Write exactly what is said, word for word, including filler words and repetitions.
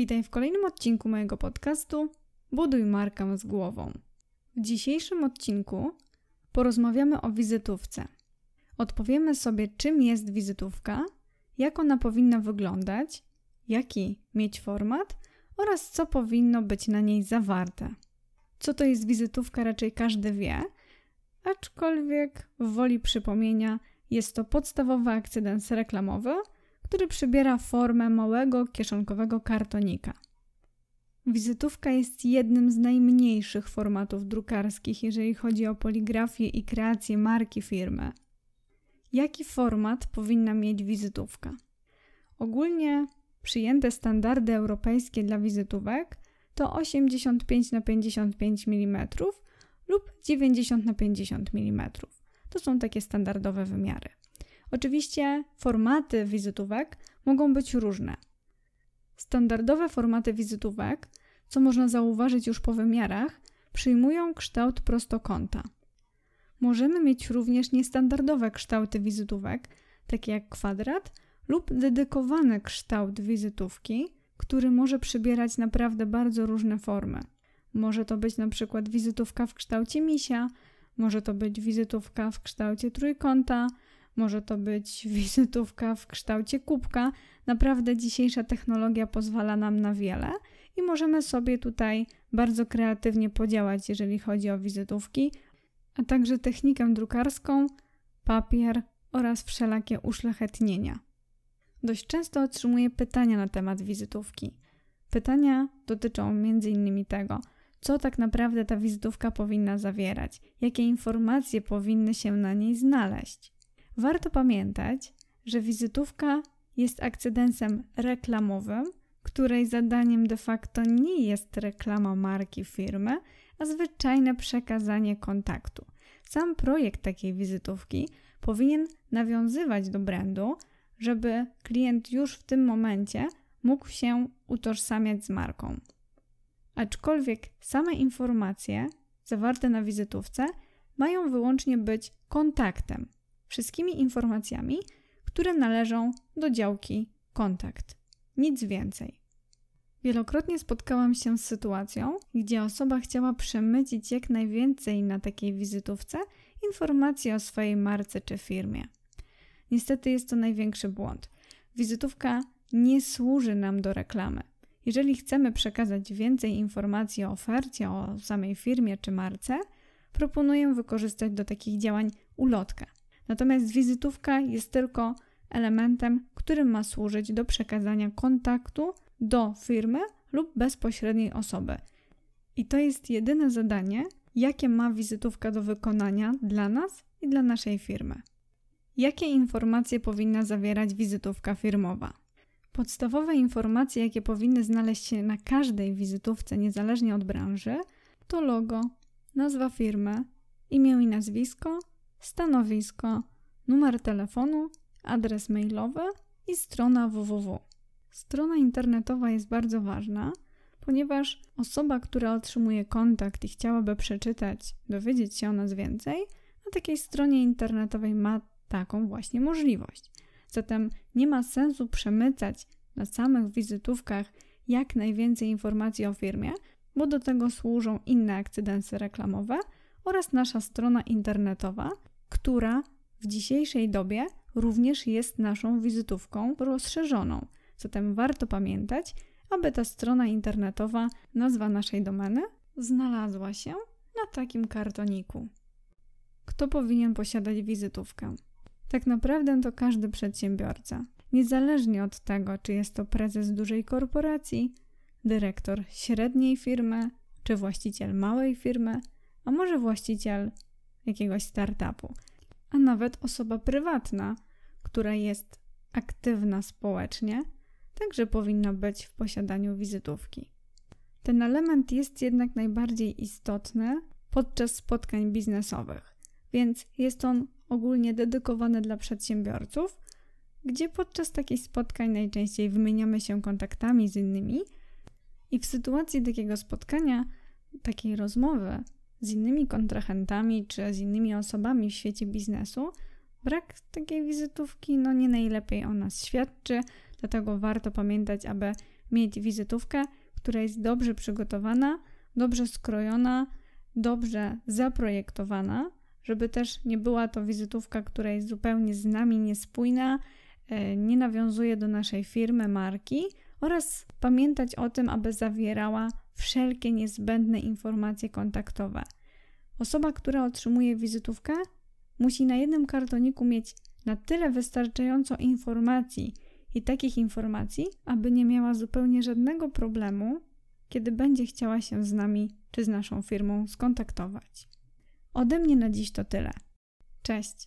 Witaj w kolejnym odcinku mojego podcastu Buduj markę z głową. W dzisiejszym odcinku porozmawiamy o wizytówce. Odpowiemy sobie, czym jest wizytówka, jak ona powinna wyglądać, jaki mieć format oraz co powinno być na niej zawarte. Co to jest wizytówka, raczej każdy wie, aczkolwiek w woli przypomnienia jest to podstawowy akcedens reklamowy, który przybiera formę małego kieszonkowego kartonika. Wizytówka jest jednym z najmniejszych formatów drukarskich, jeżeli chodzi o poligrafię i kreację marki firmy. Jaki format powinna mieć wizytówka? Ogólnie przyjęte standardy europejskie dla wizytówek to osiemdziesiąt pięć na pięćdziesiąt pięć milimetrów lub dziewięćdziesiąt na pięćdziesiąt milimetrów. To są takie standardowe wymiary. Oczywiście formaty wizytówek mogą być różne. Standardowe formaty wizytówek, co można zauważyć już po wymiarach, przyjmują kształt prostokąta. Możemy mieć również niestandardowe kształty wizytówek, takie jak kwadrat lub dedykowany kształt wizytówki, który może przybierać naprawdę bardzo różne formy. Może to być na przykład wizytówka w kształcie misia, może to być wizytówka w kształcie trójkąta, może to być wizytówka w kształcie kubka. Naprawdę dzisiejsza technologia pozwala nam na wiele i możemy sobie tutaj bardzo kreatywnie podziałać, jeżeli chodzi o wizytówki, a także technikę drukarską, papier oraz wszelakie uszlachetnienia. Dość często otrzymuję pytania na temat wizytówki. Pytania dotyczą między innymi tego, co tak naprawdę ta wizytówka powinna zawierać, jakie informacje powinny się na niej znaleźć. Warto pamiętać, że wizytówka jest akcedensem reklamowym, której zadaniem de facto nie jest reklama marki firmy, a zwyczajne przekazanie kontaktu. Sam projekt takiej wizytówki powinien nawiązywać do brandu, żeby klient już w tym momencie mógł się utożsamiać z marką. Aczkolwiek same informacje zawarte na wizytówce mają wyłącznie być kontaktem. Wszystkimi informacjami, które należą do działki kontakt. Nic więcej. Wielokrotnie spotkałam się z sytuacją, gdzie osoba chciała przemycić jak najwięcej na takiej wizytówce informacji o swojej marce czy firmie. Niestety jest to największy błąd. Wizytówka nie służy nam do reklamy. Jeżeli chcemy przekazać więcej informacji o ofercie, o samej firmie czy marce, proponuję wykorzystać do takich działań ulotkę. Natomiast wizytówka jest tylko elementem, który ma służyć do przekazania kontaktu do firmy lub bezpośredniej osoby. I to jest jedyne zadanie, jakie ma wizytówka do wykonania dla nas i dla naszej firmy. Jakie informacje powinna zawierać wizytówka firmowa? Podstawowe informacje, jakie powinny znaleźć się na każdej wizytówce, niezależnie od branży, to logo, nazwa firmy, imię i nazwisko, stanowisko, numer telefonu, adres mailowy i strona www. Strona internetowa jest bardzo ważna, ponieważ osoba, która otrzymuje kontakt i chciałaby przeczytać, dowiedzieć się o nas więcej, na takiej stronie internetowej ma taką właśnie możliwość. Zatem nie ma sensu przemycać na samych wizytówkach jak najwięcej informacji o firmie, bo do tego służą inne akcedensy reklamowe oraz nasza strona internetowa, która w dzisiejszej dobie również jest naszą wizytówką rozszerzoną. Zatem warto pamiętać, aby ta strona internetowa, nazwa naszej domeny, znalazła się na takim kartoniku. Kto powinien posiadać wizytówkę? Tak naprawdę to każdy przedsiębiorca. Niezależnie od tego, czy jest to prezes dużej korporacji, dyrektor średniej firmy, czy właściciel małej firmy, a może właściciel jakiegoś startupu, a nawet osoba prywatna, która jest aktywna społecznie, także powinna być w posiadaniu wizytówki. Ten element jest jednak najbardziej istotny podczas spotkań biznesowych, więc jest on ogólnie dedykowany dla przedsiębiorców, gdzie podczas takich spotkań najczęściej wymieniamy się kontaktami z innymi i w sytuacji takiego spotkania, takiej rozmowy z innymi kontrahentami czy z innymi osobami w świecie biznesu, brak takiej wizytówki no nie najlepiej o nas świadczy, dlatego warto pamiętać, aby mieć wizytówkę, która jest dobrze przygotowana, dobrze skrojona, dobrze zaprojektowana, żeby też nie była to wizytówka, która jest zupełnie z nami niespójna, nie nawiązuje do naszej firmy, marki, oraz pamiętać o tym, aby zawierała wszelkie niezbędne informacje kontaktowe. Osoba, która otrzymuje wizytówkę, musi na jednym kartoniku mieć na tyle wystarczająco informacji i takich informacji, aby nie miała zupełnie żadnego problemu, kiedy będzie chciała się z nami czy z naszą firmą skontaktować. Ode mnie na dziś to tyle. Cześć!